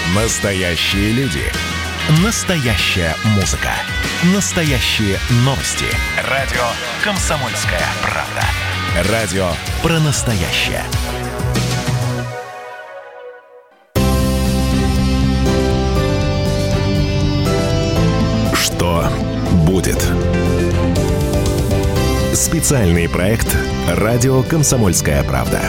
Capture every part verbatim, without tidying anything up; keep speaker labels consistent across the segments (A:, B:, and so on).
A: Настоящие люди. Настоящая музыка. Настоящие новости. Радио «Комсомольская правда». Радио про настоящее. Что будет? Специальный проект «Радио «Комсомольская правда».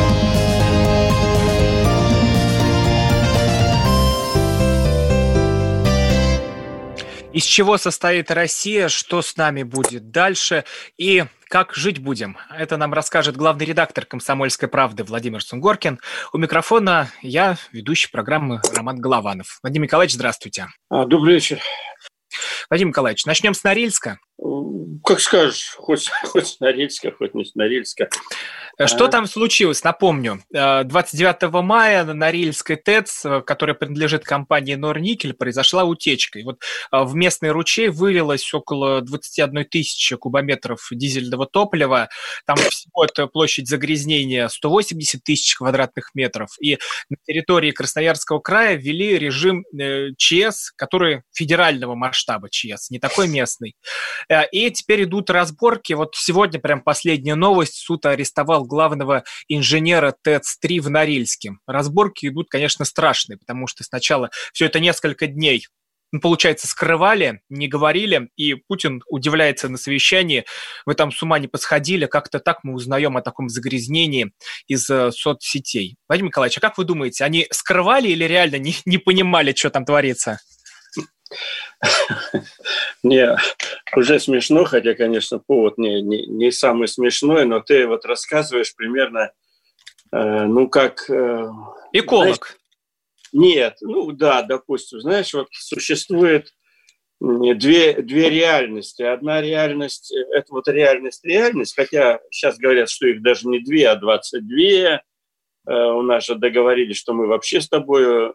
B: Из чего состоит Россия, что с нами будет дальше и как жить будем? Это нам расскажет главный редактор «Комсомольской правды» Владимир Сунгоркин. У микрофона я, ведущий программы Роман Голованов. Владимир Николаевич, здравствуйте.
C: Добрый вечер.
B: Владимир Николаевич, начнем с Норильска.
C: Как скажешь, хоть, хоть с Норильска, хоть не с Норильска.
B: Что
C: а...
B: там случилось? Напомню, двадцать девятого мая на Норильской ТЭЦ, которая принадлежит компании Норникель, произошла утечка. И вот в местный ручей вылилось около двадцать одна тысяча кубометров дизельного топлива. Там всего это площадь загрязнения сто восемьдесят тысяч квадратных метров. И на территории Красноярского края ввели режим ЧС, который федерального масштаба ЧС, не такой местный. И теперь идут разборки. Вот сегодня прям последняя новость. Суд арестовал главного инженера ТЭЦ-три в Норильске. Разборки идут, конечно, страшные, потому что сначала все это несколько дней, ну, получается, скрывали, не говорили, и Путин удивляется на совещании: вы там с ума не посходили, как-то так мы узнаем о таком загрязнении из э, соцсетей. Владимир Николаевич, а как вы думаете, они скрывали или реально не, не понимали, что там творится?
C: Не, уже смешно, хотя, конечно, повод не, не, не самый смешной, но ты вот рассказываешь примерно, э, ну, как... Э,
B: Эколог.
C: Знаешь, нет, ну, да, допустим, знаешь, вот существует две, две реальности. Одна реальность – это вот реальность-реальность, хотя сейчас говорят, что их даже не две, а двадцать две. Э, у нас же договорились, что мы вообще с тобой...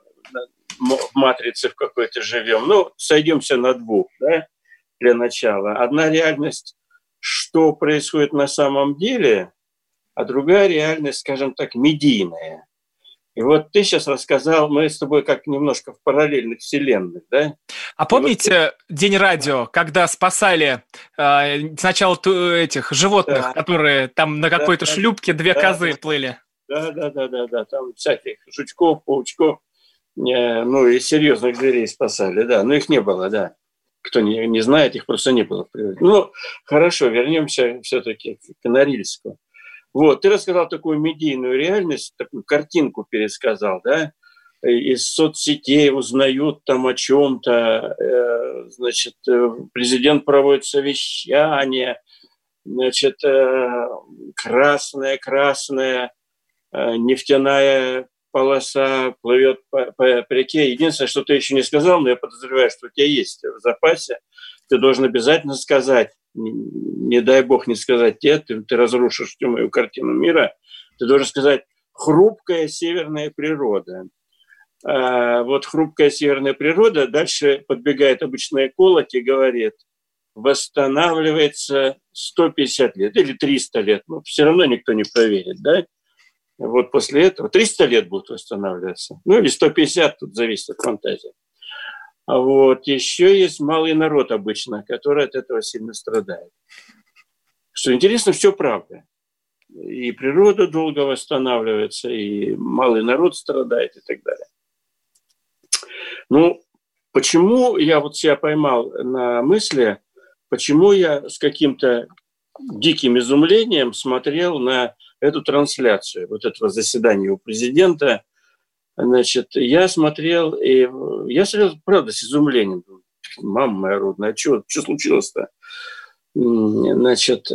C: в матрице в какой-то живем. Ну, сойдемся на двух, да, для начала. Одна реальность, что происходит на самом деле, а другая реальность, скажем так, медийная. И вот ты сейчас рассказал, мы с тобой как немножко в параллельных вселенных, да?
B: А помните вот... День радио, когда спасали э, сначала этих животных, да, которые там на какой-то да, шлюпке две да, козы да, плыли?
C: Да, да, да, да, да, там всяких жучков, паучков. Ну, и серьезных зверей спасали, да. Но их не было, да. Кто не, не знает, их просто не было в природе. Ну, хорошо, вернемся все-таки к Норильску. Вот, ты рассказал такую медийную реальность, такую картинку пересказал, да. Из соцсетей узнают там о чем-то, э, значит, президент проводит совещание, значит, э, красная, красная э, нефтяная полоса плывет по, по, по реке. Единственное, что ты еще не сказал, но я подозреваю, что у тебя есть в запасе, ты должен обязательно сказать, не, не дай бог не сказать тебе, ты, ты разрушишь всю мою картину мира, ты должен сказать «хрупкая северная природа». А, вот хрупкая северная природа, дальше подбегает обычный эколог и говорит: восстанавливается сто пятьдесят лет или триста лет, но все равно никто не проверит, да? Вот после этого триста лет будут восстанавливаться. Ну, или сто пятьдесят, тут зависит от фантазии. А вот еще есть малый народ обычно, который от этого сильно страдает. Что интересно, все правда. И природа долго восстанавливается, и малый народ страдает, и так далее. Ну, почему я вот себя поймал на мысли, почему я с каким-то диким изумлением смотрел на эту трансляцию, вот этого заседания у президента. Значит, я смотрел, и я смотрел, правда, с изумлением. Мама моя родная, а что, что случилось-то? Значит,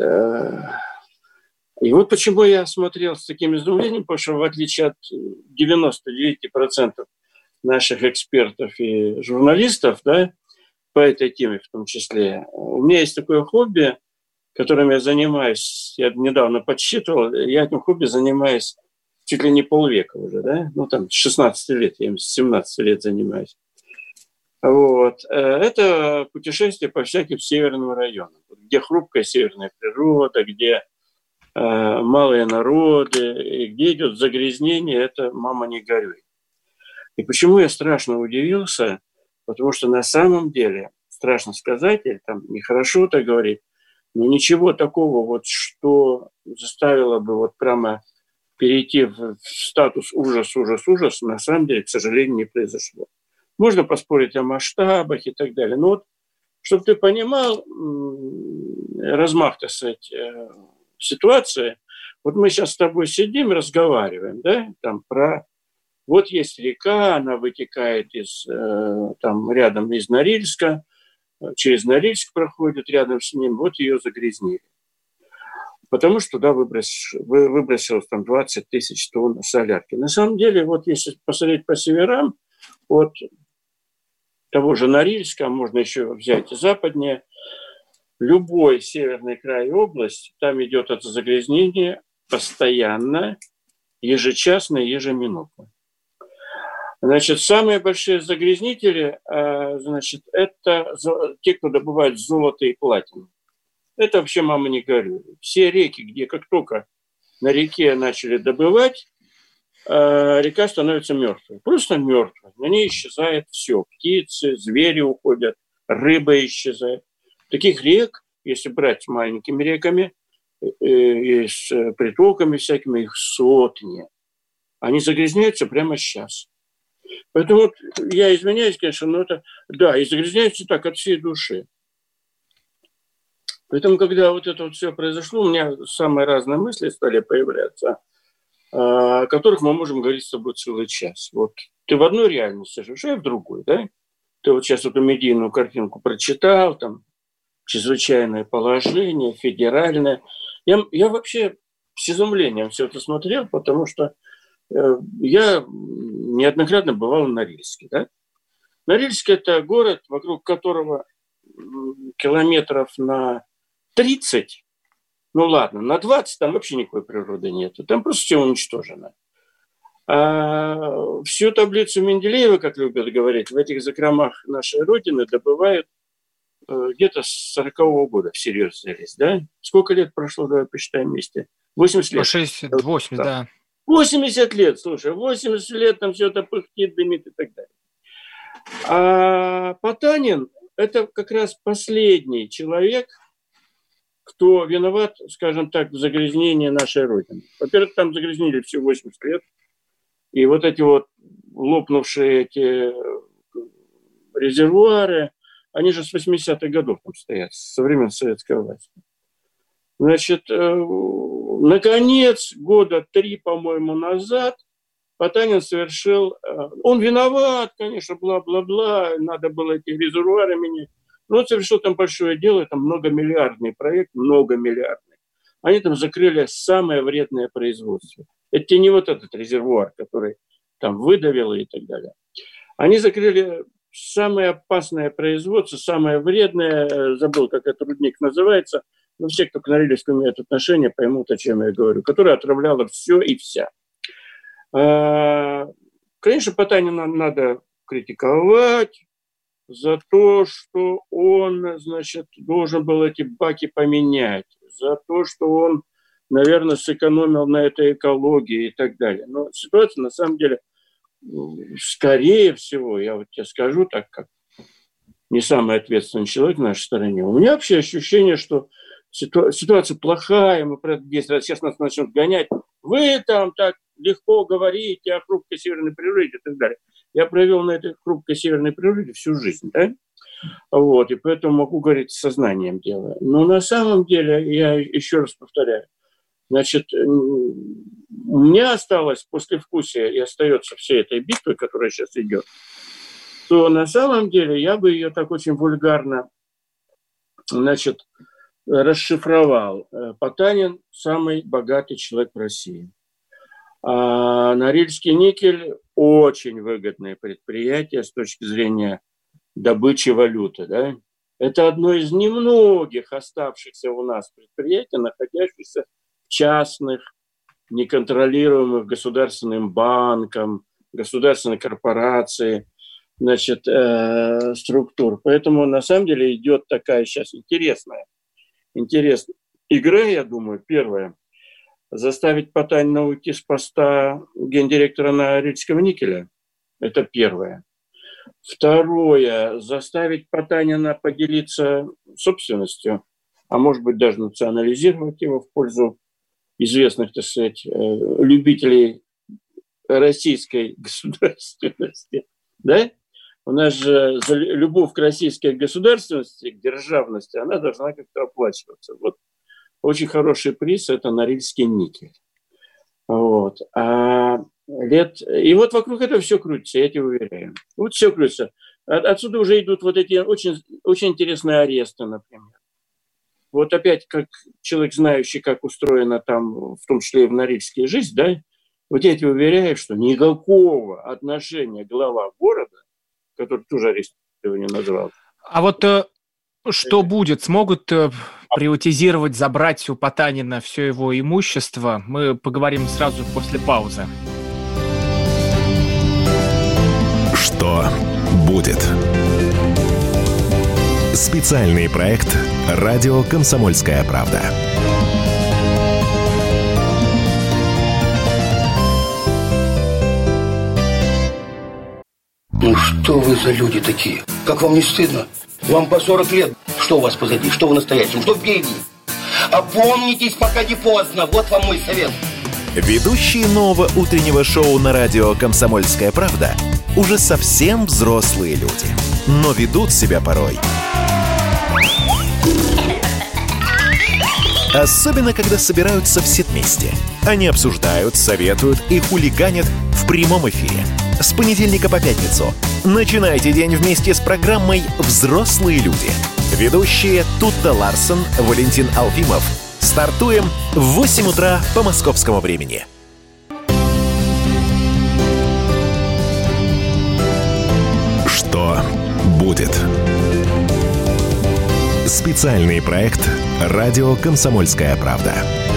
C: и вот почему я смотрел с таким изумлением, потому что в отличие от девяноста девяти процентов наших экспертов и журналистов, да, по этой теме в том числе, у меня есть такое хобби, которым я занимаюсь, я недавно подсчитывал, я этим хобби занимаюсь чуть ли не полвека уже, да, ну там с шестнадцати лет, я им с семнадцати лет занимаюсь. Вот. Это путешествие по всяким северным районам, где хрупкая северная природа, где э, малые народы, и где идет загрязнение, это мама не горюй. И почему я страшно удивился? Потому что на самом деле, страшно сказать, или там нехорошо так говорить, но ничего такого, вот, что заставило бы вот прямо перейти в статус ужас, ужас, ужас, на самом деле, к сожалению, не произошло. Можно поспорить о масштабах и так далее. Но вот, чтобы ты понимал размах, так сказать, ситуации, вот мы сейчас с тобой сидим, разговариваем, да, там про... Вот есть река, она вытекает из, там, рядом из Норильска, через Норильск проходит, рядом с ним, вот ее загрязнили. Потому что туда выброс, выбросилось там двадцать тысяч тонн солярки. На самом деле, вот если посмотреть по северам, от того же Норильска, можно еще взять и западнее, любой северный край области, там идет это загрязнение постоянно, ежечасно, ежеминутно. Значит, самые большие загрязнители, значит, это те, кто добывает золото и платину. Это вообще мама не горюй. Все реки, где как только на реке начали добывать, река становится мертвой. Просто мертвой. На ней исчезает все. Птицы, звери уходят, рыба исчезает. Таких рек, если брать маленькими реками, и с притоками всякими, их сотни. Они загрязняются прямо сейчас. Поэтому вот я извиняюсь, конечно, но это... Да, и загрязняются так от всей души. Поэтому, когда вот это вот все произошло, у меня самые разные мысли стали появляться, о которых мы можем говорить с тобой целый час. Вот ты в одной реальности живешь, а я в другой, да? Ты вот сейчас эту медийную картинку прочитал, там, чрезвычайное положение, федеральное. Я, я вообще с изумлением все это смотрел, потому что э, я неоднократно бывал в Норильске, да? Норильск – это город, вокруг которого километров на тридцать, ну ладно, на двадцать там вообще никакой природы нет. Там просто все уничтожено. А всю таблицу Менделеева, как любят говорить, в этих закромах нашей Родины добывают э, где-то с сорокового года всерьез взялись, да? Сколько лет прошло, давай посчитаем вместе. восемьдесят лет.
B: шестьдесят, восемьдесят, да.
C: восемьдесят лет, слушай, восемьдесят лет там все это пыхтит, дымит и так далее. А Потанин – это как раз последний человек, кто виноват, скажем так, в загрязнении нашей Родины. Во-первых, там загрязнили все восемьдесят лет. И вот эти вот лопнувшие эти резервуары, они же с восьмидесятых годов там стоят, со времен советской власти. Значит, наконец, года три, по-моему, назад Потанин совершил... Он виноват, конечно, бла-бла-бла, надо было эти резервуары менять. Но он совершил там большое дело, там многомиллиардный проект, многомиллиардный. Они там закрыли самое вредное производство. Это не вот этот резервуар, который там выдавило и так далее. Они закрыли самое опасное производство, самое вредное, забыл, как этот рудник называется, но все, кто к Норильску имеют отношение, поймут, о чем я говорю, которое отравляло все и вся. Конечно, Потанина надо критиковать за то, что он, значит, должен был эти баки поменять, за то, что он, наверное, сэкономил на этой экологии и так далее. Но ситуация, на самом деле, скорее всего, я вот тебе скажу, так как не самый ответственный человек в нашей стране, у меня вообще ощущение, что ситу- ситуация плохая, мы про это десять раз сейчас нас начнут гонять. Вы там так легко говорите о хрупкой северной природе и так далее. Я провел на этой хрупкой северной природе всю жизнь, да? Вот, и поэтому могу говорить с сознанием дела. Но на самом деле, я еще раз повторяю, значит, у меня осталось послевкусие и остается всей этой битвы, которая сейчас идет, то на самом деле я бы ее так очень вульгарно, значит, расшифровал. Потанин – самый богатый человек в России. А Норильский никель – очень выгодное предприятие с точки зрения добычи валюты. Да? Это одно из немногих оставшихся у нас предприятий, находящихся в частных, неконтролируемых государственным банком, государственной корпорацией, значит, э, структур. Поэтому на самом деле идет такая сейчас интересная, интересная игра, я думаю, первая. Заставить Потанина уйти с поста гендиректора Норильского никеля. Это первое. Второе. Заставить Потанина поделиться собственностью, а может быть даже национализировать его в пользу известных, так сказать, любителей российской государственности. Да? У нас же любовь к российской государственности, к державности, она должна как-то оплачиваться. Вот. Очень хороший приз – это Норильский никель. Вот. А лет... И вот вокруг этого все крутится, я тебе уверяю. Вот все крутится. Отсюда уже идут вот эти очень, очень интересные аресты, например. Вот опять, как человек, знающий, как устроена там, в том числе и в Норильске жизнь, да, вот я тебе уверяю, что никакого отношения глава города, который тоже арестование назвал.
B: А вот э, что будет? Смогут э, приватизировать, забрать у Потанина все его имущество? Мы поговорим сразу после паузы.
A: Что будет? Специальный проект «Радио Комсомольская правда».
D: Ну что вы за люди такие? Как вам не стыдно? Вам по сорок лет. Что у вас позади? Что в настоящем? Что впереди? Опомнитесь, пока не поздно. Вот вам мой совет.
A: Ведущие нового утреннего шоу на радио «Комсомольская правда» уже совсем взрослые люди, но ведут себя порой. Особенно, когда собираются все вместе. Они обсуждают, советуют и хулиганят в прямом эфире. С понедельника по пятницу. Начинайте день вместе с программой «Взрослые люди». Ведущие Тутта Ларсон, Валентин Алфимов. Стартуем в восемь утра по московскому времени. Что будет? Специальный проект «Радио Комсомольская правда».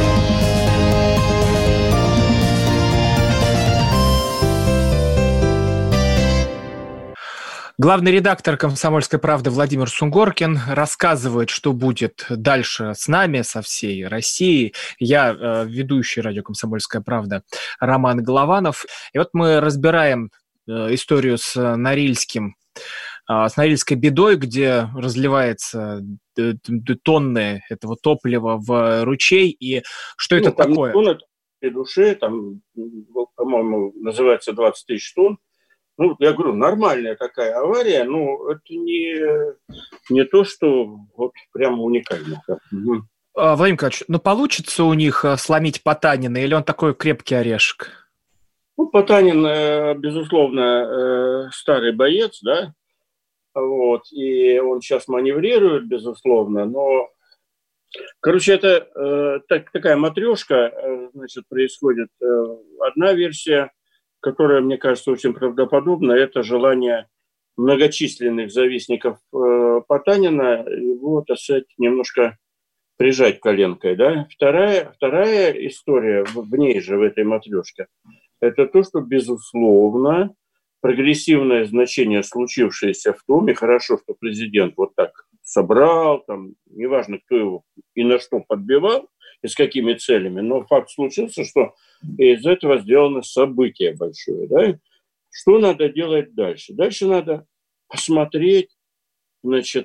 B: Главный редактор «Комсомольской правды» Владимир Сунгоркин рассказывает, что будет дальше с нами, со всей Россией. Я э, ведущий радио «Комсомольская правда» Роман Голованов. И вот мы разбираем э, историю с Норильским, э, с Норильской бедой, где разливается э, тонны этого топлива в ручей. И что ну, это
C: там
B: такое?
C: Тонны в душе, там, по-моему, называется двадцать тысяч тонн. Ну, я говорю, нормальная такая авария, но это не, не то, что вот прямо уникально. Угу.
B: Владимир Николаевич, ну получится у них сломить Потанина, или он такой крепкий орешек?
C: Ну, Потанин, безусловно, старый боец, да, вот, и он сейчас маневрирует, безусловно, но, короче, это так, такая матрешка, значит, происходит одна версия, которая, мне кажется, очень правдоподобна, это желание многочисленных завистников э, Потанина его, так сказать, немножко прижать коленкой. Да? Вторая, вторая история в, в ней же, в этой матрешке, это то, что, безусловно, прогрессивное значение случившееся в том, и хорошо, что президент вот так собрал, там, неважно, кто его и на что подбивал, и с какими целями, но факт случился, что из этого сделано событие большое. Да? Что надо делать дальше? Дальше надо посмотреть, значит,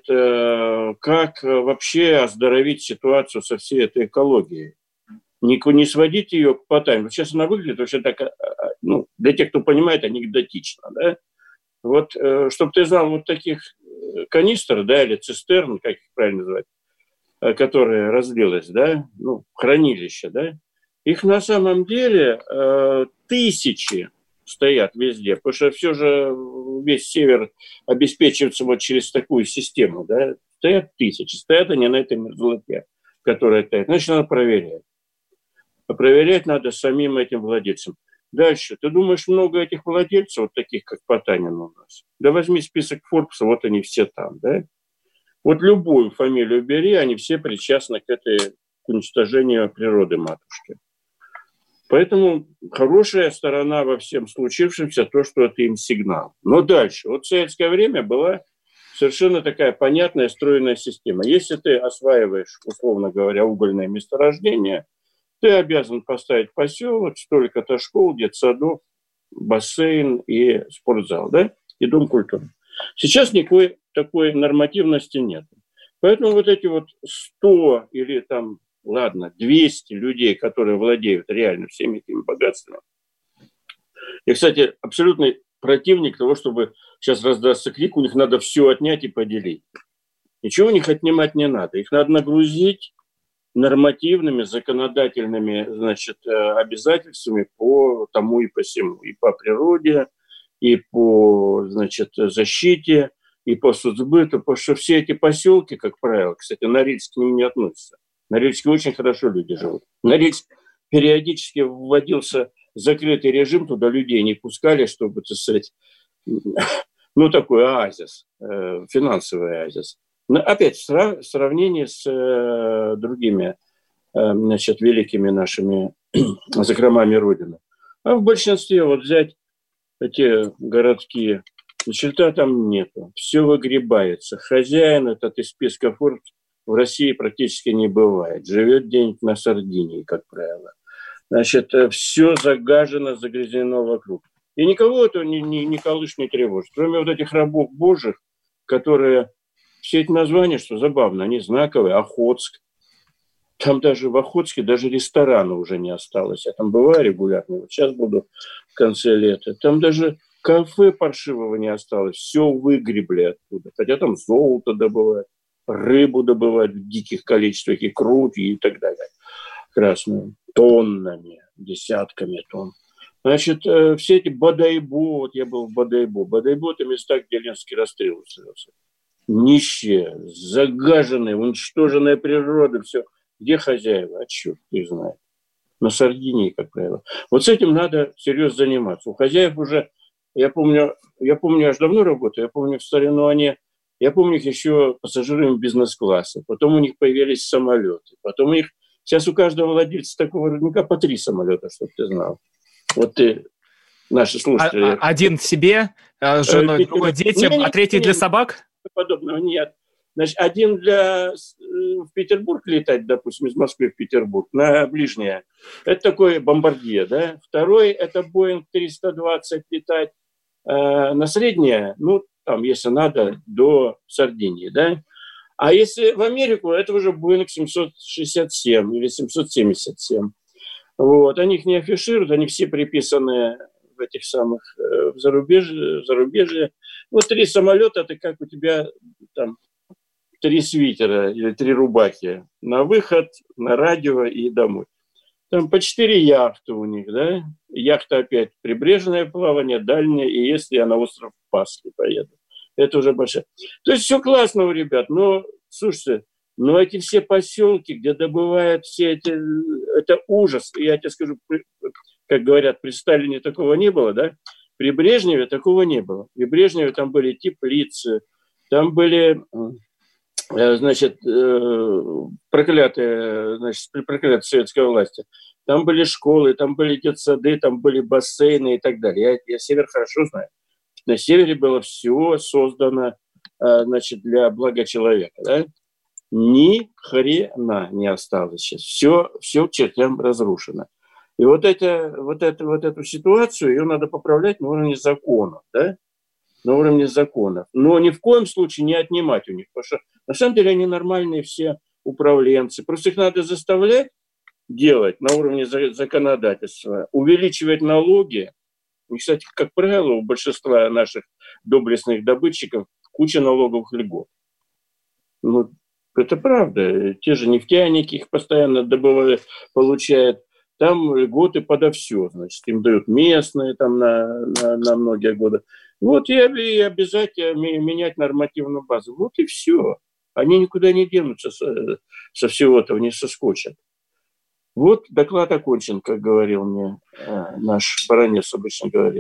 C: как вообще оздоровить ситуацию со всей этой экологией. Не, не сводить ее к Потанину. Сейчас она выглядит вообще так, ну, для тех, кто понимает, анекдотично. Да? Вот, чтобы ты знал, вот таких канистр, да, или цистерн, как их правильно называть, которая разлилась, да, ну, хранилище, да, их на самом деле э, тысячи стоят везде, потому что все же весь север обеспечивается вот через такую систему, да, стоят тысячи, стоят они на этой мерзлоте, которая тает. Значит, надо проверять. А проверять надо самим этим владельцам. Дальше. Ты думаешь, много этих владельцев, вот таких, как Потанин у нас? Да возьми список Форбса, вот они все там, да? Вот любую фамилию бери, они все причастны к этой к уничтожению природы матушки. Поэтому хорошая сторона во всем случившемся то, что это им сигнал. Но дальше. Вот в советское время была совершенно такая понятная стройная система. Если ты осваиваешь, условно говоря, угольное месторождение, ты обязан поставить поселок, столько-то школ, детсадов бассейн и спортзал, да, и дом культуры. Сейчас никакой такой нормативности нет. Поэтому вот эти вот сто или там, ладно, двести людей, которые владеют реально всеми этими богатствами. Я, кстати, абсолютный противник того, чтобы сейчас раздастся крик, у них надо все отнять и поделить. Ничего у них отнимать не надо. Их надо нагрузить нормативными, законодательными, значит, обязательствами по тому и по сему. И по природе, и по, значит, защите, и по соцбыту. Потому что все эти поселки, как правило, кстати, Норильск к ним не относится. В Норильске очень хорошо люди живут. В Норильск периодически вводился закрытый режим, туда людей не пускали, чтобы, так сказать, ну, такой оазис, финансовый оазис. Но опять, в сравнении с э, другими, э, значит, великими нашими закромами Родины. А в большинстве вот взять эти городские, черта там нету. Все выгребается. Хозяин этот из списка Forbes в России практически не бывает. Живет где-нибудь на Сардинии, как правило. Значит, все загажено, загрязнено вокруг. И никого это не, не, не колышет, не тревожит. Кроме вот этих рабов божьих, которые... Все эти названия, что забавно, они знаковые. Охотск. Там даже в Охотске даже ресторана уже не осталось. Я там бываю регулярно. Вот сейчас буду в конце лета. Там даже кафе паршивого не осталось. Все выгребли оттуда. Хотя там золото добывают, рыбу добывают в диких количествах, икру и так далее. Красную. Тоннами, десятками тонн. Значит, все эти Бодайбо. Вот я был в Бодайбо. Бодайбо – это места, где Ленинский расстрел устроился. Нищие, загаженные, уничтоженная природа, все. Где хозяева? А черт их знает. На Сардинии, как правило. Вот с этим надо серьезно заниматься. У хозяев уже, я помню, я помню, аж давно работаю, я помню в старину они, я помню их еще пассажирами бизнес-класса, потом у них появились самолеты, потом у них, сейчас у каждого владельца такого рудника по три самолета, чтобы ты знал. Вот ты, наши слушатели.
B: А, один себе, с женой, другой детям, а третий для собак?
C: Подобного нет. Значит, один для в Петербург летать, допустим, из Москвы в Петербург, на ближнее. Это такой бомбардье, да. Второй – это Боинг триста двадцать летать э, на среднее, ну, там, если надо, до Сардинии, да. А если в Америку, это уже Боинг семьсот шестьдесят семь или семьсот семьдесят семь. Вот. Они их не афишируют, они все приписаны в этих самых, э, в зарубежье, в зарубежье. Вот три самолета, это как у тебя там три свитера или три рубахи. На выход, на радио и домой. Там по четыре яхты у них, да. Яхта опять прибрежное плавание, дальнее, и если я на остров Пасхи поеду. Это уже большая. То есть все классно у ребят, но, слушайте, но эти все поселки, где добывают все эти... Это ужас. Я тебе скажу, как говорят, при Сталине такого не было, да? При Брежневе такого не было. При Брежневе там были теплицы, там были, значит, проклятые, значит, проклятые советской власти. Там были школы, там были детсады, там были бассейны и так далее. Я, я север хорошо знаю. На севере было все создано, значит, для блага человека, да? Ни хрена не осталось сейчас. Все, все к чертям разрушено. И вот, это, вот, это, вот эту ситуацию, ее надо поправлять на уровне законов, да? На уровне законов. Но ни в коем случае не отнимать у них, потому что на самом деле они нормальные все управленцы. Просто их надо заставлять делать на уровне законодательства, увеличивать налоги. И, кстати, как правило, у большинства наших доблестных добытчиков куча налоговых льгот. Ну, это правда. Те же нефтяники их постоянно добывают, получают. Там льготы подо все, значит, им дают местные там на, на, на многие годы. Вот и, и обязательно менять нормативную базу. Вот и все. Они никуда не денутся со, со всего этого, не соскочат. Вот доклад окончен, как говорил мне э, наш баронец обычно говорит.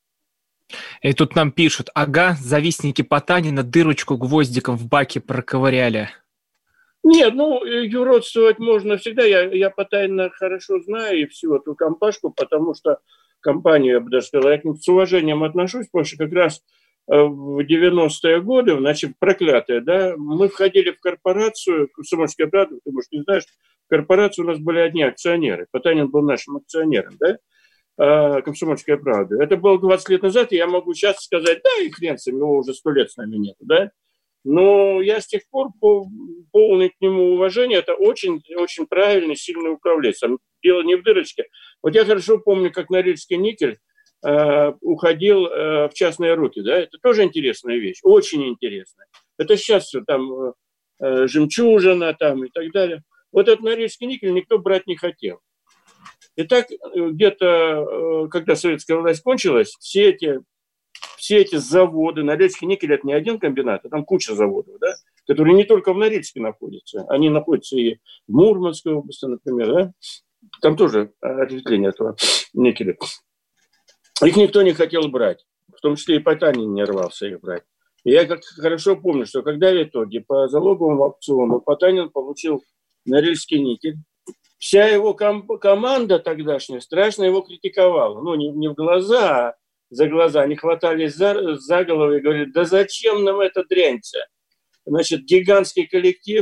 B: И тут нам пишут, ага, завистники Потанина дырочку гвоздиком в баке проковыряли.
C: Нет, ну, юродствовать можно всегда. Я, я Потанина хорошо знаю и всю эту компашку, потому что компанию, я бы даже сказал, я к ним с уважением отношусь, потому что как раз в девяностые годы, значит, проклятые, да, мы входили в корпорацию, Комсомольская правда, ты, может, не знаешь, в корпорации у нас были одни акционеры. Потанин был нашим акционером, да. э, «Комсомольская правда». Это было двадцать лет назад, и я могу сейчас сказать, да, и хрен с ним, его уже сто лет с нами нет, да. Но я с тех пор полный к нему уважение. Это очень, очень правильный, сильный управленец. Дело не в дырочке. Вот я хорошо помню, как Норильский никель э, уходил э, в частные руки. Да? Это тоже интересная вещь, очень интересная. Это сейчас все там э, жемчужина там, и так далее. Вот этот Норильский никель никто брать не хотел. И так где-то, э, когда советская власть кончилась, все эти... Все эти заводы, Норильский никель – это не один комбинат, а там куча заводов, да, которые не только в Норильске находятся, они находятся и в Мурманской области, например, да, там тоже ответвление этого никеля. Их никто не хотел брать, в том числе и Потанин не рвался их брать. И я как хорошо помню, что когда в итоге по залоговому аукциону Потанин получил Норильский никель, вся его ком- команда тогдашняя страшно его критиковала, ну не, не в глаза, а за глаза, они хватались за, за голову и говорили, да зачем нам эта дрянь-то? Значит, гигантский коллектив,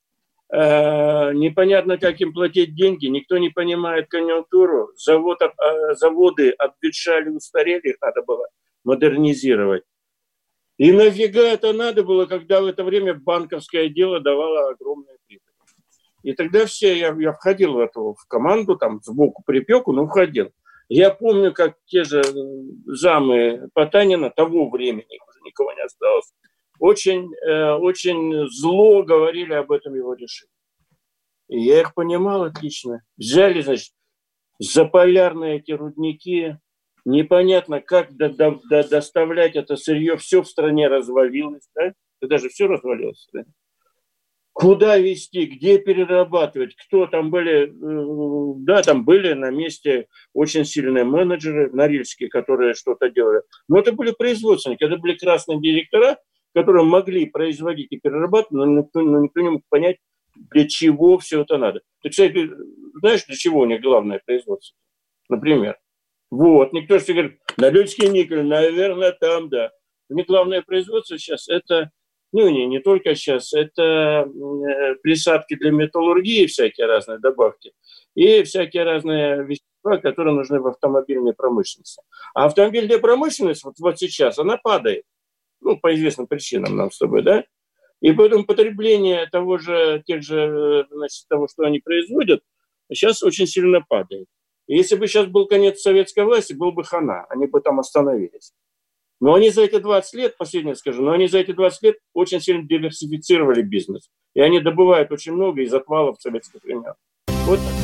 C: э, непонятно, как им платить деньги, никто не понимает конъюнктуру, завод, э, заводы обветшали, устарели, их надо было модернизировать. И нафига это надо было, когда в это время банковское дело давало огромные прибыли. И тогда все, я, я входил в эту в команду, там сбоку припеку, но входил. Я помню, как те же замы Потанина того времени, уже никого не осталось, очень, э, очень зло говорили об этом его решении. И я их понимал отлично. Взяли, значит, заполярные эти рудники, непонятно, как до, до, до, доставлять это сырье, все в стране развалилось, да? Это даже все развалилось, да? Куда везти, где перерабатывать, кто там были, да, там были на месте очень сильные менеджеры норильские, которые что-то делали. Но это были производственники, это были красные директора, которые могли производить и перерабатывать, но никто, но никто не мог понять, для чего все это надо. Ты, кстати, знаешь, для чего у них главное производство? Например. Вот, никто же говорит, Норильский никель, наверное, там, да. У них главное производство сейчас это... Ну, не, не только сейчас. Это э, присадки для металлургии, всякие разные добавки, и всякие разные вещества, которые нужны в автомобильной промышленности. А автомобильная промышленность вот, вот сейчас, она падает. Ну, по известным причинам нам с тобой, да? И поэтому потребление того же, тех же, значит, того, что они производят, сейчас очень сильно падает. И если бы сейчас был конец советской власти, был бы хана, они бы там остановились. Но они за эти двадцать лет, последнее скажу, но они за эти двадцать лет очень сильно диверсифицировали бизнес. И они добывают очень много из отвалов советских времен. Вот так.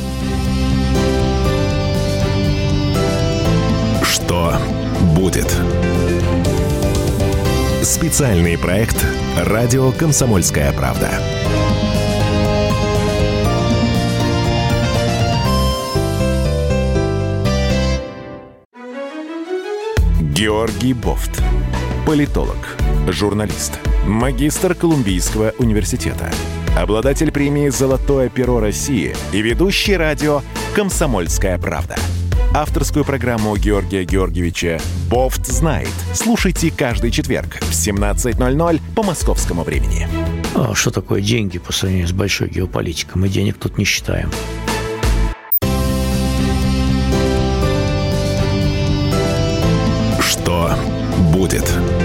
A: Что будет? Специальный проект «Радио Комсомольская правда». Георгий Бофт. Политолог, журналист, магистр Колумбийского университета, обладатель премии «Золотое перо России» и ведущий радио «Комсомольская правда». Авторскую программу Георгия Георгиевича «Бофт знает». Слушайте каждый четверг в семнадцать ноль ноль по московскому времени.
E: А что такое деньги по сравнению с большой геополитикой? Мы денег тут не считаем.
A: Что будет?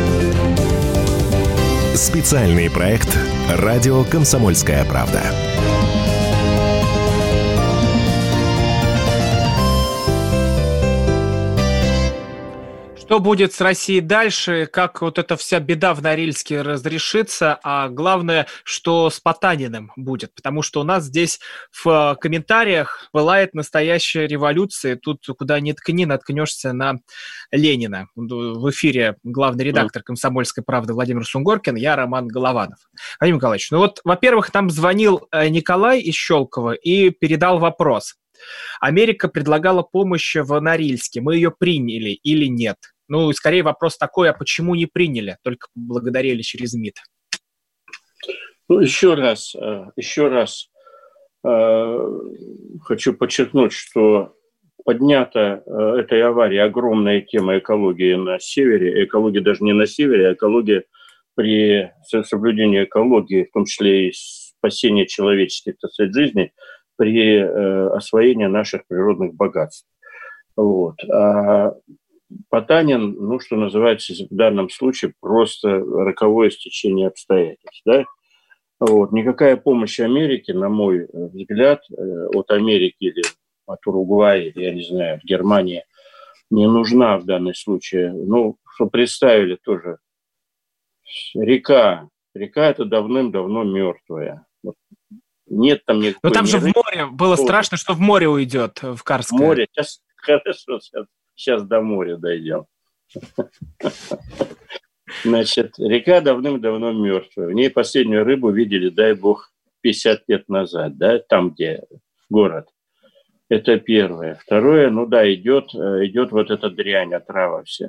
A: Специальный проект «Радио Комсомольская правда».
B: Что будет с Россией дальше, как вот эта вся беда в Норильске разрешится, а главное, что с Потаниным будет, потому что у нас здесь в комментариях пылает настоящая революция, тут куда ни ткни, наткнешься на Ленина. В эфире главный редактор «Комсомольской правды» Владимир Сунгоркин, я Роман Голованов. Владимир Николаевич, ну вот, во-первых, нам звонил Николай из Щелково и передал вопрос. Америка предлагала помощь в Норильске, мы ее приняли или нет? Ну, и скорее вопрос такой, а почему не приняли, только благодарили через МИД?
C: Ну, еще раз, еще раз э, хочу подчеркнуть, что поднята э, этой аварии огромная тема экологии на севере, экология даже не на севере, а экология при соблюдении экологии, в том числе и спасения человеческих, так сказать, жизней, при э, освоении наших природных богатств. Вот. А Потанин, ну, что называется, в данном случае просто роковое стечение обстоятельств. Да? Вот. Никакая помощь Америки, на мой взгляд, от Америки или от Уругвая, или, я не знаю, от Германии, не нужна в данном случае. Ну, что представили тоже. Река. Река – это давным-давно мертвая. Вот. Нет там никакой...
B: Но там же
C: рыбы.
B: в море было страшно, что в море уйдет, в Карское.
C: Море. Сейчас, хорошо, сейчас, сейчас до моря дойдем. Значит, река давным-давно мертвая. В ней последнюю рыбу видели, дай бог, пятьдесят лет назад, да, там, где город. Это первое. Второе, ну да, идет, идет вот эта дрянь, отрава вся.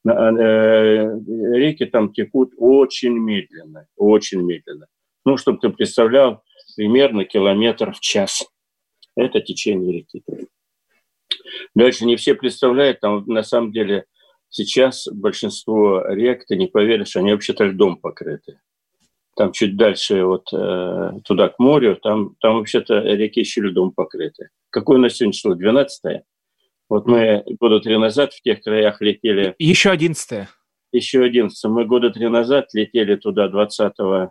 C: Реки там текут очень медленно, очень медленно. Ну, чтобы ты представлял, примерно километр в час. Это течение реки. Дальше не все представляют, там на самом деле сейчас большинство рек, ты не поверишь, они вообще-то льдом покрыты. Там чуть дальше вот э, туда к морю, там, там вообще-то реки еще льдом покрыты. Какое у нас сегодня число? двенадцатое? Вот мы года три назад в тех краях летели...
B: Еще одиннадцатое.
C: Еще одиннадцатое. Мы года три назад летели туда двадцатого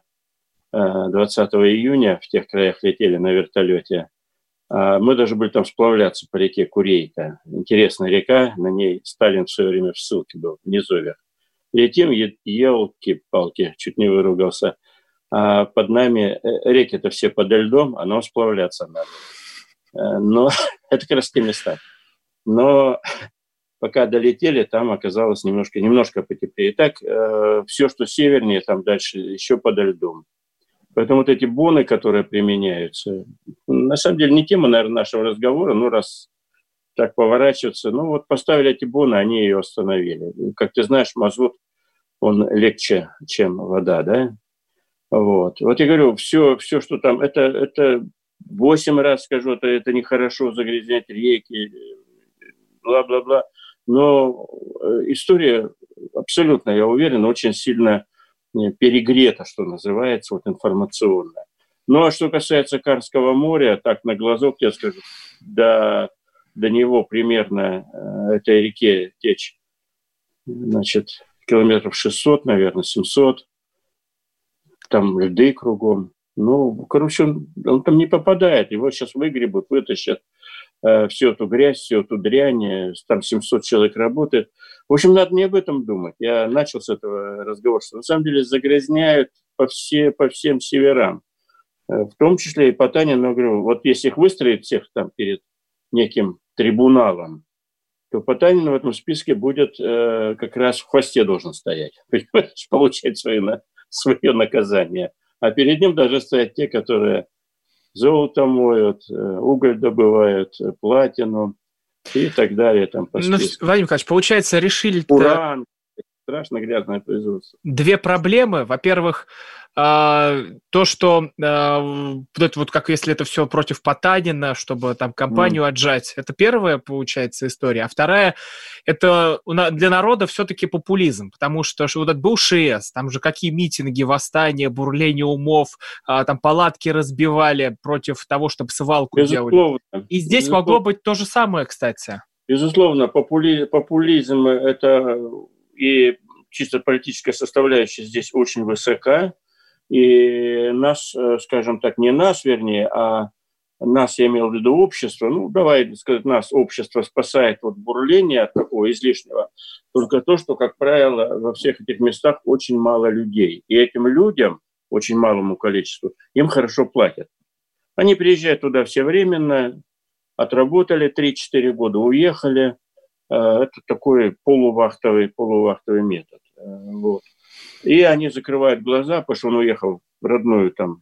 C: июня, в тех краях летели на вертолете. Мы даже были там сплавляться по реке Курейка. Интересная река, на ней Сталин в свое время в ссылке был, в Низовьях. Летим, елки-палки, чуть не выругался. А под нами реки-то все подо льдом, а нам сплавляться надо. Но это как раз те места. Но пока долетели, там оказалось немножко, немножко потеплее. И так все, что севернее, там дальше еще подо льдом. Поэтому вот эти боны, которые применяются, на самом деле не тема, наверное, нашего разговора, ну, раз так поворачиваться, ну, вот поставили эти боны, они ее остановили. Как ты знаешь, мазут, он легче, чем вода, да? Вот. Вот я говорю, все, все что там, это, это восемь раз скажу, это, это нехорошо загрязнять реки, бла-бла-бла. Но история абсолютно, я уверен, очень сильно перегрета, что называется, вот информационно. Ну, а что касается Карского моря, так на глазок я скажу, до, до него примерно э, этой реке течь, значит, километров шестьсот, наверное, семьсот. Там льды кругом. Ну, короче, он, он там не попадает. Его сейчас выгребут, вытащат э, всю эту грязь, всю эту дрянь. Там семьсот человек работает. В общем, надо не об этом думать. Я начал с этого разговора, что на самом деле загрязняют по, все, по всем северам. В том числе и Потанин, но говорю, вот если их выстроить всех там перед неким трибуналом, то Потанин в этом списке будет э, как раз в хвосте должен стоять. Получать свое, свое наказание. А перед ним должны стоять те, которые золото моют, уголь добывают, платину и так далее. Там, по
B: ну, Владимир Николаевич, получается, решили...
C: Уран. Страшно грязное производство.
B: Две проблемы. Во-первых, то, что вот это вот как если это все против Потанина, чтобы там компанию mm. отжать, это первая, получается, история. А вторая, это для народа все-таки популизм, потому что, что вот этот был ШИЭС, там же какие митинги, восстания, бурление умов, там палатки разбивали против того, чтобы свалку
C: Безусловно.
B: делали. И здесь
C: Безусловно.
B: могло быть то же самое, кстати.
C: Безусловно, попули... популизм – это и чисто политическая составляющая здесь очень высока. И нас, скажем так, не нас, вернее, а нас, я имел в виду общество, ну, давай сказать, нас общество спасает от бурления, от такого излишнего, только то, что, как правило, во всех этих местах очень мало людей. И этим людям, очень малому количеству, им хорошо платят. Они приезжают туда все временно, отработали три-четыре года, уехали. Это такой полувахтовый, полувахтовый метод. Вот. И они закрывают глаза, потому что он уехал в родную там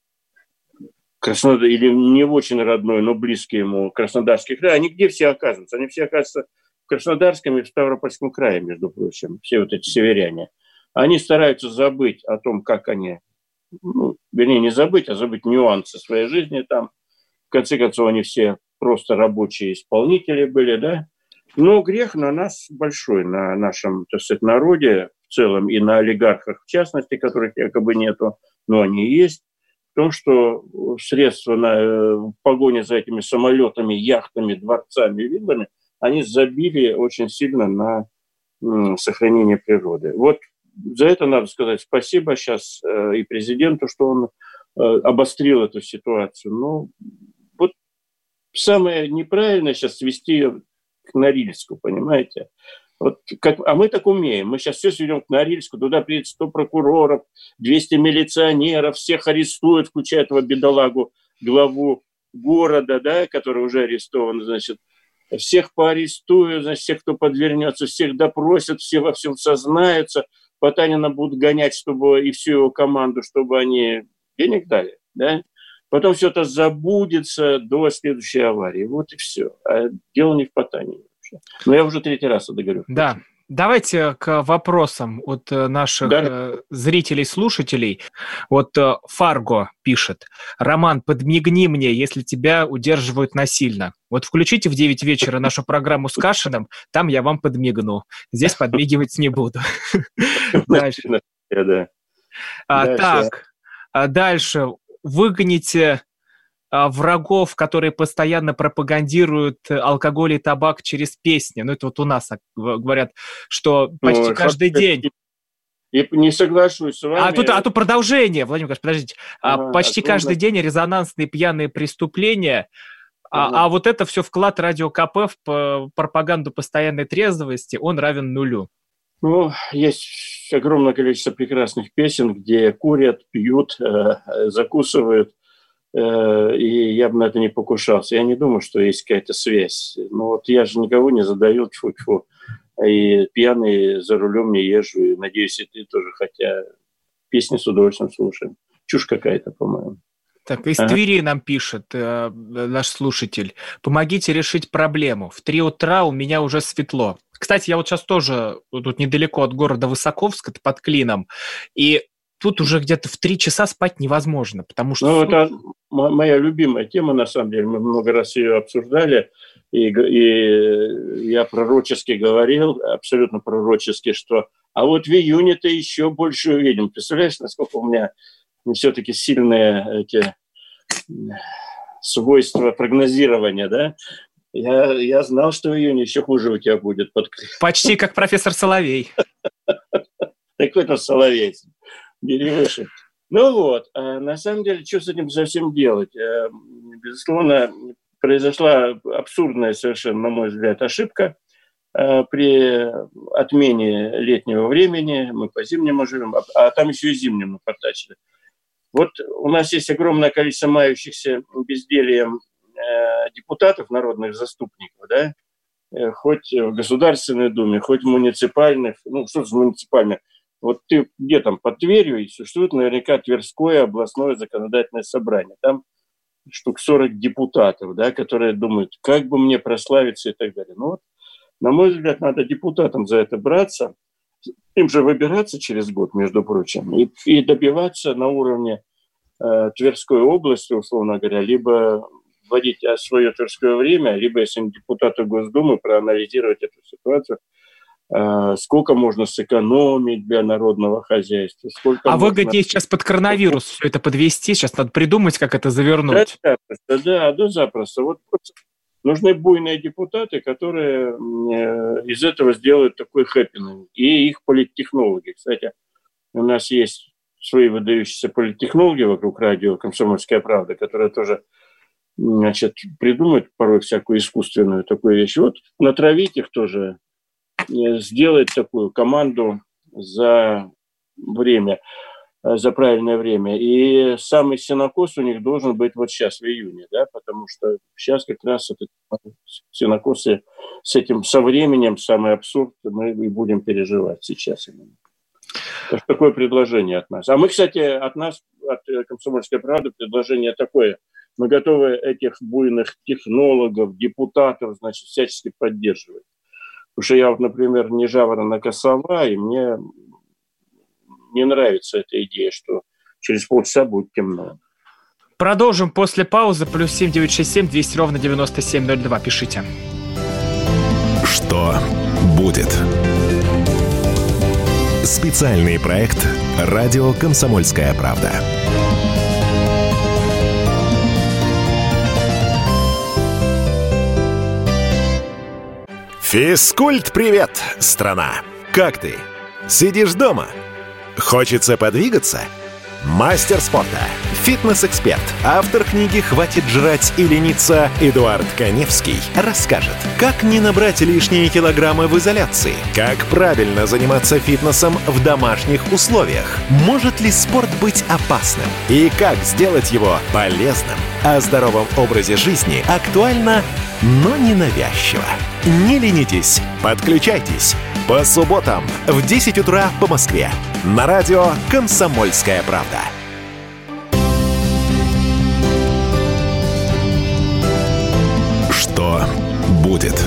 C: Краснодар, или не очень родной, но близкий ему Краснодарский край. Они где все оказываются? Они все оказываются в Краснодарском и в Ставропольском крае, между прочим, все вот эти северяне. Они стараются забыть о том, как они, ну, вернее, не забыть, а забыть нюансы своей жизни там. В конце концов, они все просто рабочие исполнители были, да. Но грех на нас большой, на нашем, так сказать, народе в целом и на олигархах в частности, которых якобы нету, но они есть, в том, что средства на погоне за этими самолетами, яхтами, дворцами, виллами они забили очень сильно на м, сохранение природы. Вот за это надо сказать спасибо сейчас э, и президенту, что он э, обострил эту ситуацию. Но вот самое неправильное сейчас свести ее к Норильску, понимаете? Вот как, а мы так умеем. Мы сейчас все сведем к Норильску, туда приедет сто прокуроров, двести милиционеров, всех арестуют, включая этого бедолагу, главу города, да, который уже арестован, значит, всех поарестуют, значит, всех, кто подвернется, всех допросят, все во всем сознаются, Потанина будут гонять, чтобы и всю его команду, чтобы они денег дали, да. Потом все это забудется до следующей аварии. Вот и все. А дело не в Потанине. Но я уже третий раз это говорю.
B: Да. Давайте к вопросам от наших да. зрителей, слушателей. Вот Фарго пишет. Роман, подмигни мне, если тебя удерживают насильно. Вот включите в девять вечера нашу программу с Кашиным, там я вам подмигну. Здесь подмигивать не буду. Дальше. Так, дальше. Выгоните врагов, которые постоянно пропагандируют алкоголь и табак через песни. Ну, это вот у нас говорят, что почти ну, каждый день...
C: И не соглашусь с вами.
B: А тут, а тут продолжение, Владимир Николаевич, подождите. А, почти а каждый день резонансные пьяные преступления, а, а вот это все вклад Радио КП в пропаганду постоянной трезвости, он равен нулю.
C: Ну, есть огромное количество прекрасных песен, где курят, пьют, э, закусывают, э, и я бы на это не покушался. Я не думаю, что есть какая-то связь. Но вот я же никого не задавил, тьфу-тьфу, и пьяный за рулем не езжу, и надеюсь, и ты тоже, хотя песни с удовольствием слушаем. Чушь какая-то, по-моему.
B: Так, из ага. Твери нам пишет э, наш слушатель. Помогите решить проблему. В три утра у меня уже светло. Кстати, я вот сейчас тоже тут недалеко от города Высоковск, это под Клином, и тут уже где-то в три часа спать невозможно, потому что...
C: Ну, это моя любимая тема, на самом деле. Мы много раз ее обсуждали, и, и я пророчески говорил, абсолютно пророчески, что а вот в июне-то еще больше увидим. Представляешь, насколько у меня все-таки сильные эти свойства прогнозирования, да? Я, я знал, что в июне еще хуже у тебя будет.
B: Почти как профессор Соловей.
C: Такой-то Соловей. Бери выше. Ну вот, а на самом деле, что с этим совсем делать? Безусловно, произошла абсурдная совершенно, на мой взгляд, ошибка при отмене летнего времени. Мы по зимнему живем, а там еще и зимнему напортачили. Вот у нас есть огромное количество мающихся бездельем депутатов, народных заступников, да, хоть в Государственной Думе, хоть в муниципальных, ну, что за муниципальных, вот ты где там, под Тверью, и существует наверняка Тверское областное законодательное собрание, там штук сорок депутатов, да, которые думают, как бы мне прославиться и так далее. Ну вот, на мой взгляд, надо депутатам за это браться, им же выбираться через год, между прочим, и, и добиваться на уровне э, Тверской области, условно говоря, либо вводить свое тверское время, либо, если депутаты Госдумы, проанализировать эту ситуацию, э, сколько можно сэкономить для народного хозяйства. Сколько
B: а
C: можно...
B: выгоднее сейчас под коронавирус все это подвести, сейчас надо придумать, как это завернуть.
C: Да, запросто, да, да, запросто. Вот нужны буйные депутаты, которые э, из этого сделают такой хэппинг. И их политтехнологи. Кстати, у нас есть свои выдающиеся политтехнологи вокруг радио «Комсомольская правда», которые тоже, значит, придумают порой всякую искусственную такую вещь. Вот натравить их тоже, сделать такую команду за время, за правильное время. И самый сенокос у них должен быть вот сейчас, в июне, да, потому что сейчас как раз этот сенокосы с этим, со временем, самый абсурд мы и будем переживать сейчас именно. Это такое предложение от нас. А мы, кстати, от нас, от «Комсомольской правды» предложение такое. Мы готовы этих буйных технологов, депутатов, значит, всячески поддерживать. Потому что я вот, например, не жаворонок, а сова, и мне не нравится эта идея, что через полчаса будет темно.
B: Продолжим после паузы. Плюс семь девятьсот шестьдесят семь двести ровно девяносто семь ноль два. Пишите.
A: Что будет? Специальный проект «Радио Комсомольская правда». Физкульт-привет, страна! Как ты? Сидишь дома? Хочется подвигаться? Мастер спорта, фитнес-эксперт, автор книги «Хватит жрать и лениться» Эдуард Каневский расскажет, как не набрать лишние килограммы в изоляции, как правильно заниматься фитнесом в домашних условиях, может ли спорт быть опасным и как сделать его полезным. О здоровом образе жизни актуально, но не навязчиво. Не ленитесь, подключайтесь. По субботам в десять утра по Москве. На радио «Комсомольская правда». Что будет?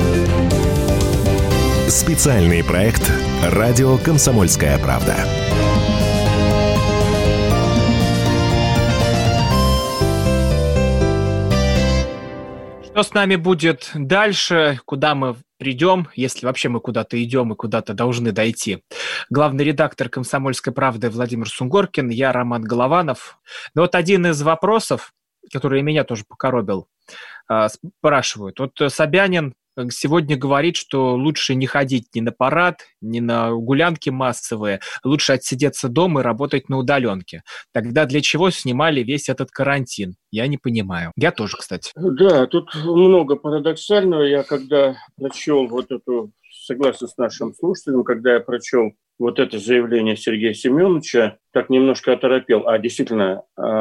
A: Специальный проект «Радио Комсомольская правда».
B: Что с нами будет дальше? Куда мы придем, если вообще мы куда-то идем и куда-то должны дойти? Главный редактор «Комсомольской правды» Владимир Сунгоркин, я Роман Голованов. Но вот один из вопросов, который меня тоже покоробил, спрашивают. Вот Собянин сегодня говорит, что лучше не ходить ни на парад, ни на гулянки массовые, лучше отсидеться дома и работать на удаленке. Тогда для чего снимали весь этот карантин? Я не понимаю. Я тоже, кстати.
C: Да, тут много парадоксального. Я когда прочел вот эту, согласно с нашим слушателем, когда я прочел вот это заявление Сергея Семеновича, так немножко оторопел. А действительно,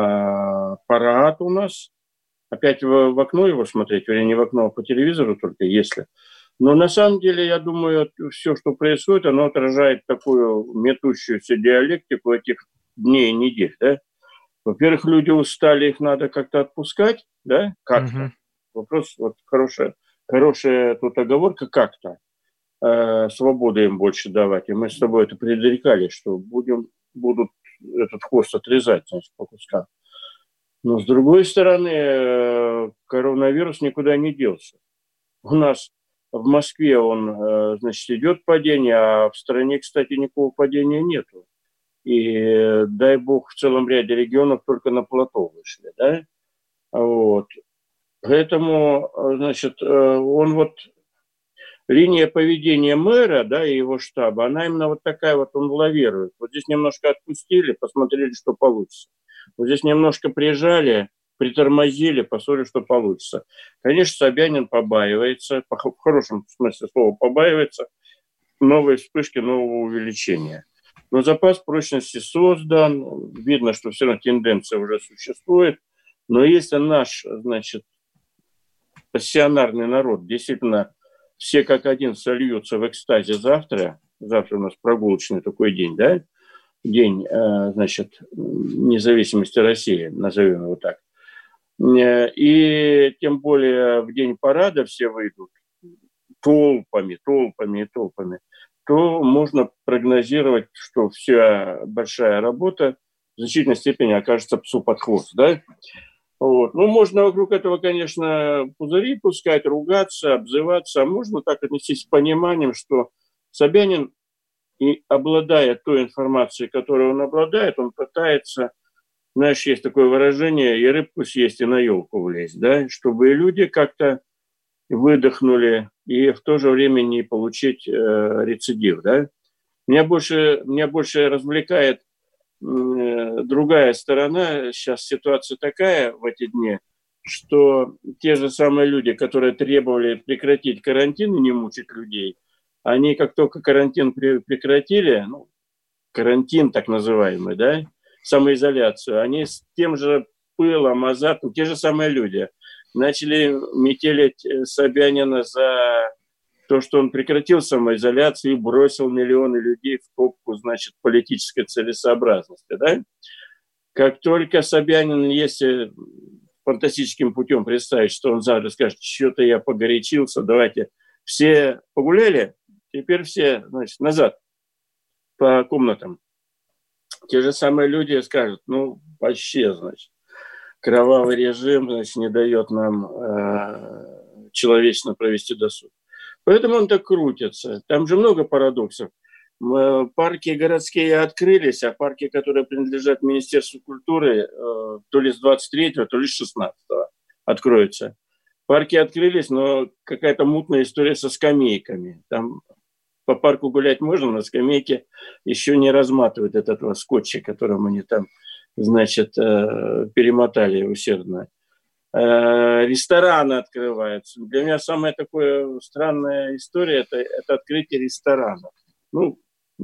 C: парад у нас. Опять в, в окно его смотреть, или не в окно, а по телевизору только, если. Но на самом деле, я думаю, все, что происходит, оно отражает такую метущуюся диалектику этих дней и недель, да. Во-первых, люди устали, их надо как-то отпускать, да, как-то. Угу. Вопрос, вот хорошая, хорошая тут оговорка, как-то. Э, свободы им больше давать. И мы с тобой это предрекали, что будем, будут этот хвост отрезать, значит, по кускам. Но, с другой стороны, коронавирус никуда не делся. У нас в Москве он, значит, идет падение, а в стране, кстати, никакого падения нету. И, дай бог, в целом ряде регионов только на плато вышли, да? Вот. Поэтому, значит, он вот... Линия поведения мэра, да, и его штаба, она именно вот такая вот, он лавирует. Вот здесь немножко отпустили, посмотрели, что получится. Вот здесь немножко прижали, притормозили, посмотрели, что получится. Конечно, Собянин побаивается, в хорошем смысле слова побаивается, новой вспышки, нового увеличения. Но запас прочности создан, видно, что все равно тенденция уже существует. Но если наш, значит, пассионарный народ действительно все как один сольются в экстазе завтра, завтра у нас прогулочный такой день, да, день, значит, независимости России, назовем его так. И тем более в день парада все выйдут толпами, толпами и толпами, то можно прогнозировать, что вся большая работа в значительной степени окажется псу под хвост, да. Вот. Ну, можно вокруг этого, конечно, пузыри пускать, ругаться, обзываться, а можно так отнестись с пониманием, что Собянин, и обладая той информацией, которой он обладает, он пытается, знаешь, есть такое выражение, и рыбку съесть, и на елку влезть, да, чтобы и люди как-то выдохнули, и в то же время не получить э, рецидив, да. Меня больше, меня больше развлекает другая сторона. Сейчас ситуация такая в эти дни, что те же самые люди, которые требовали прекратить карантин и не мучить людей, они как только карантин прекратили, ну, карантин так называемый, да, самоизоляцию, они с тем же пылом, азартом, те же самые люди, начали метелить Собянина за то, что он прекратил самоизоляцию и бросил миллионы людей в топку, значит, политической целесообразности, да? Как только Собянин, если фантастическим путем представить, что он завтра скажет, что-то я погорячился, давайте все погуляли, теперь все, значит, назад по комнатам. Те же самые люди скажут, ну, вообще, значит, кровавый режим, значит, не дает нам э, человечно провести досуг. Поэтому он так крутится. Там же много парадоксов. Парки городские открылись, а парки, которые принадлежат Министерству культуры, то ли с двадцать третьего, то ли с шестнадцатого откроются. Парки открылись, но какая-то мутная история со скамейками. Там по парку гулять можно, на скамейке еще не разматывают от этого скотча, которым они там, значит, перемотали усердно. Рестораны открываются. Для меня самая такая странная история это, – это открытие ресторанов. Ну,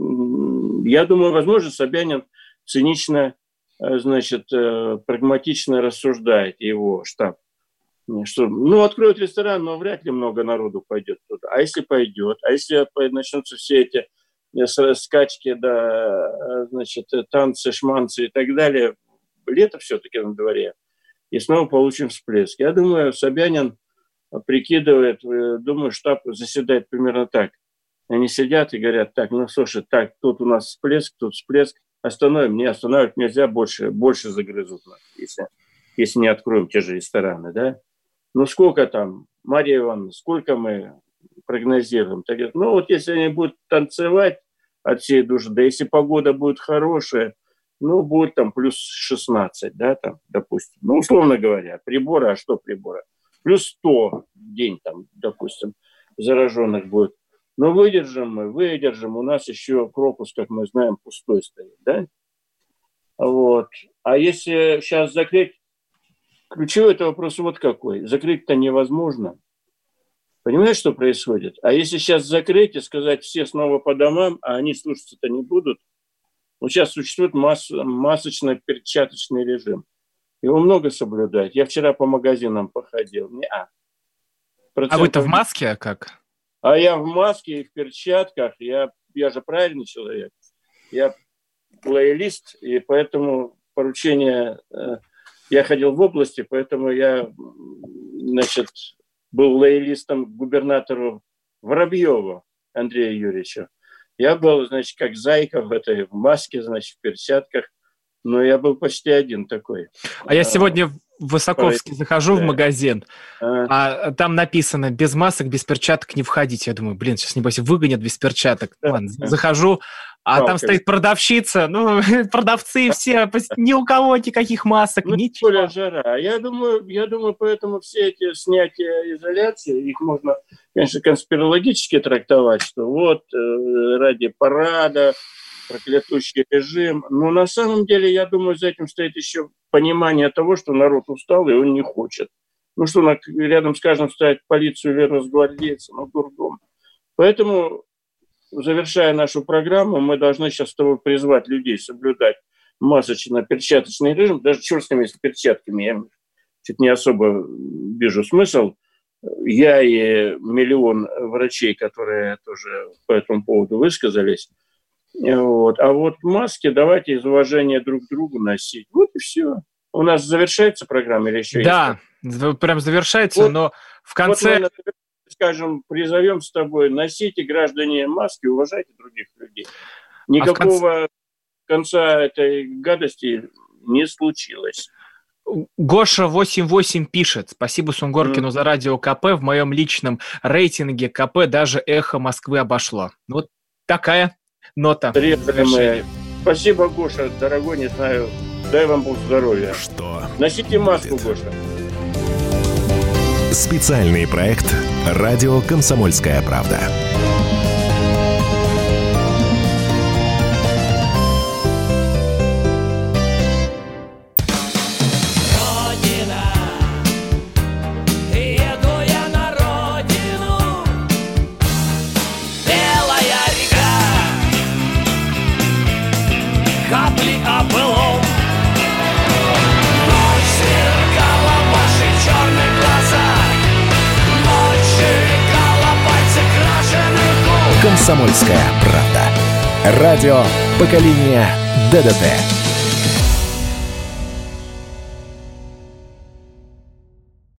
C: я думаю, возможно, Собянин цинично, значит, прагматично рассуждает, его штаб. Что, ну, откроют ресторан, но вряд ли много народу пойдет туда. А если пойдет? А если начнутся все эти скачки, да, значит, танцы, шманцы и так далее? Лето все-таки на дворе. И снова получим всплеск. Я думаю, Собянин прикидывает, думаю, штаб заседает примерно так. Они сидят и говорят, так, ну, слушай, так, тут у нас всплеск, тут всплеск. Остановим, не останавливать нельзя, больше, больше загрызут нас, если, если не откроем те же рестораны, да? Ну, сколько там, Мария Ивановна, сколько мы прогнозируем? Так, ну, вот если они будут танцевать от всей души, да если погода будет хорошая, ну, будет там плюс шестнадцать, да, там, допустим. Ну, условно говоря, приборы, а что приборы? Плюс сто в день, там, допустим, зараженных будет. Но выдержим мы, выдержим. У нас еще Крокус, как мы знаем, пустой стоит, да? Вот. А если сейчас закрыть, ключевой это вопрос вот какой. Закрыть-то невозможно. Понимаешь, что происходит? А если сейчас закрыть и сказать все снова по домам, а они слушаться-то не будут, вот сейчас существует масс, масочно-перчаточный режим. Его много соблюдают. Я вчера по магазинам походил. Не-а.
B: А вы-то в маске как?
C: А я в маске и в перчатках. Я, я же правильный человек. Я лоялист, и поэтому поручение... Я ходил в области, поэтому я, значит, был лоялистом к губернатору Воробьеву Андрею Юрьевичу. Я был, значит, как зайка в этой в маске, значит, в перчатках, но я был почти один такой.
B: А я сегодня в Высоковске захожу да. в магазин, а. а там написано «без масок, без перчаток не входить». Я думаю, блин, сейчас, небось, выгонят без перчаток. Да. Ладно, да. захожу, а Палка. Там стоит продавщица, ну, продавцы все, ни у кого никаких масок, ну, ничего.
C: Более жара. Я думаю, я думаю, поэтому все эти снятия изоляции, их можно, конечно, конспирологически трактовать, что вот э, ради парада, проклятущий режим. Но на самом деле, я думаю, за этим стоит еще понимание того, что народ устал и он не хочет. Ну что, рядом с каждым ставить полицию или росгвардейца, ну, дурдом. Поэтому, завершая нашу программу, мы должны сейчас с тобой призвать людей соблюдать масочно-перчаточный режим, даже черт с ними, с перчатками, я чуть не особо вижу смысл. Я и миллион врачей, которые тоже по этому поводу высказались. Вот. А вот маски давайте из уважения друг к другу носить. Вот и все. У нас завершается программа или еще
B: да, есть? Да, прям завершается, вот, но в конце...
C: Вот мы, скажем, призовем с тобой, носите, граждане, маски, уважайте других людей. Никакого а конце... конца этой гадости не случилось.
B: Гоша восемь восемь пишет. Спасибо Сунгоркину mm. за радио ка пэ. В моем личном рейтинге ка пэ даже эхо Москвы обошло. Вот такая нота.
C: Спасибо, Гоша, дорогой, не знаю. Дай вам Бог здоровья.
A: Что?
C: Носите маску, Гоша.
A: Специальный проект «Радио Комсомольская правда». «Комсомольская правда». Радио поколения ДДТ.